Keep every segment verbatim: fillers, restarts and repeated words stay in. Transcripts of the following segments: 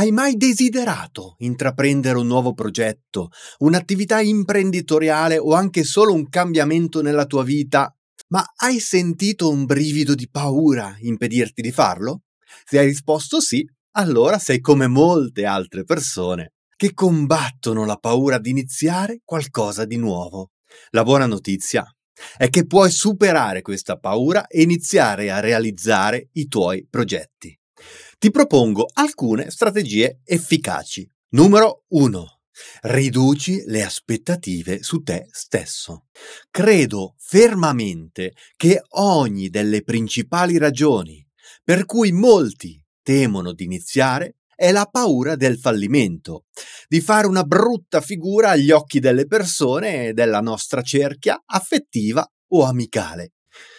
Hai mai desiderato intraprendere un nuovo progetto, un'attività imprenditoriale o anche solo un cambiamento nella tua vita, ma hai sentito un brivido di paura impedirti di farlo? Se hai risposto sì, allora sei come molte altre persone che combattono la paura di iniziare qualcosa di nuovo. La buona notizia è che puoi superare questa paura e iniziare a realizzare i tuoi progetti. Ti propongo alcune strategie efficaci. Numero uno. Riduci le aspettative su te stesso. Credo fermamente che ogni delle principali ragioni per cui molti temono di iniziare è la paura del fallimento, di fare una brutta figura agli occhi delle persone e della nostra cerchia affettiva o amicale.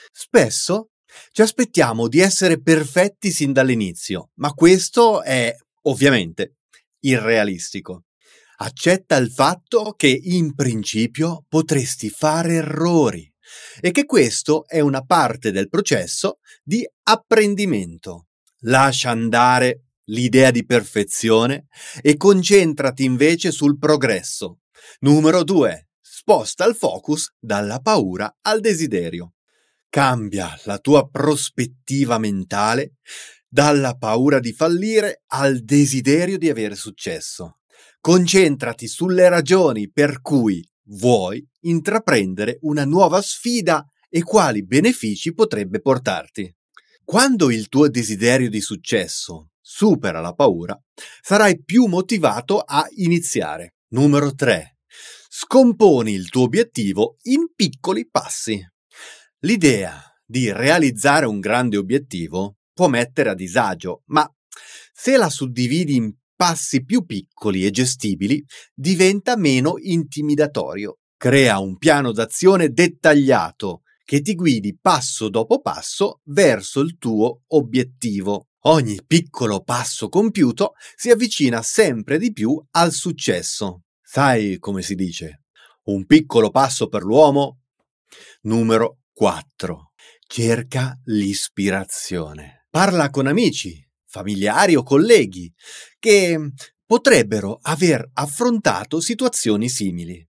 Spesso ci aspettiamo di essere perfetti sin dall'inizio, ma questo è ovviamente irrealistico. Accetta il fatto che in principio potresti fare errori e che questo è una parte del processo di apprendimento. Lascia andare l'idea di perfezione e concentrati invece sul progresso. Numero due. Sposta il focus dalla paura al desiderio. Cambia la tua prospettiva mentale dalla paura di fallire al desiderio di avere successo. Concentrati sulle ragioni per cui vuoi intraprendere una nuova sfida e quali benefici potrebbe portarti. Quando il tuo desiderio di successo supera la paura, sarai più motivato a iniziare. Numero tre. Scomponi il tuo obiettivo in piccoli passi. L'idea di realizzare un grande obiettivo può mettere a disagio, ma se la suddividi in passi più piccoli e gestibili, diventa meno intimidatorio. Crea un piano d'azione dettagliato che ti guidi passo dopo passo verso il tuo obiettivo. Ogni piccolo passo compiuto si avvicina sempre di più al successo. Sai come si dice? Un piccolo passo per l'uomo. Numero quattro. Cerca l'ispirazione. Parla con amici, familiari o colleghi che potrebbero aver affrontato situazioni simili.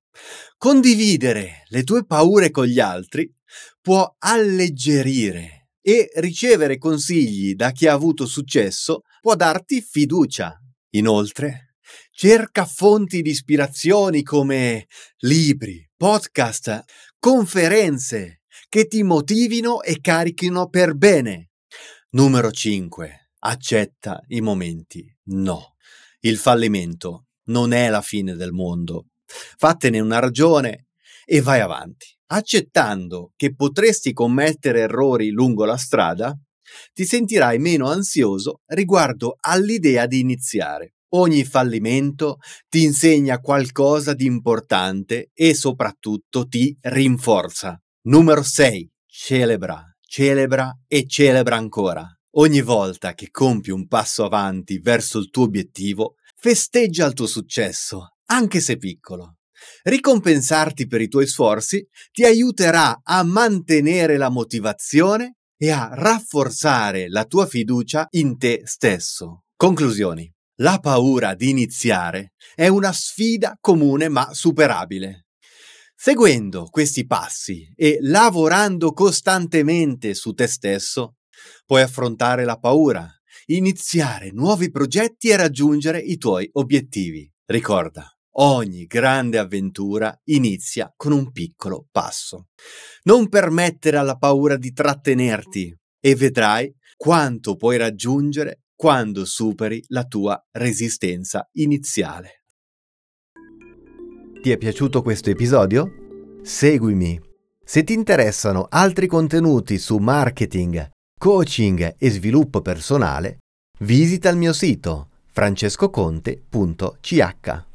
Condividere le tue paure con gli altri può alleggerire e ricevere consigli da chi ha avuto successo può darti fiducia. Inoltre, cerca fonti di ispirazioni come libri, podcast, conferenze che ti motivino e carichino per bene. Numero cinque. Accetta i momenti no. Il fallimento non è la fine del mondo. Fattene una ragione e vai avanti. Accettando che potresti commettere errori lungo la strada, ti sentirai meno ansioso riguardo all'idea di iniziare. Ogni fallimento ti insegna qualcosa di importante e soprattutto ti rinforza. Numero sei. Celebra, celebra e celebra ancora. Ogni volta che compi un passo avanti verso il tuo obiettivo, festeggia il tuo successo, anche se piccolo. Ricompensarti per i tuoi sforzi ti aiuterà a mantenere la motivazione e a rafforzare la tua fiducia in te stesso. Conclusioni. La paura di iniziare è una sfida comune ma superabile. Seguendo questi passi e lavorando costantemente su te stesso, puoi affrontare la paura, iniziare nuovi progetti e raggiungere i tuoi obiettivi. Ricorda, ogni grande avventura inizia con un piccolo passo. Non permettere alla paura di trattenerti e vedrai quanto puoi raggiungere quando superi la tua resistenza iniziale. Ti è piaciuto questo episodio? Seguimi. Se ti interessano altri contenuti su marketing, coaching e sviluppo personale, visita il mio sito francescoconte punto c h.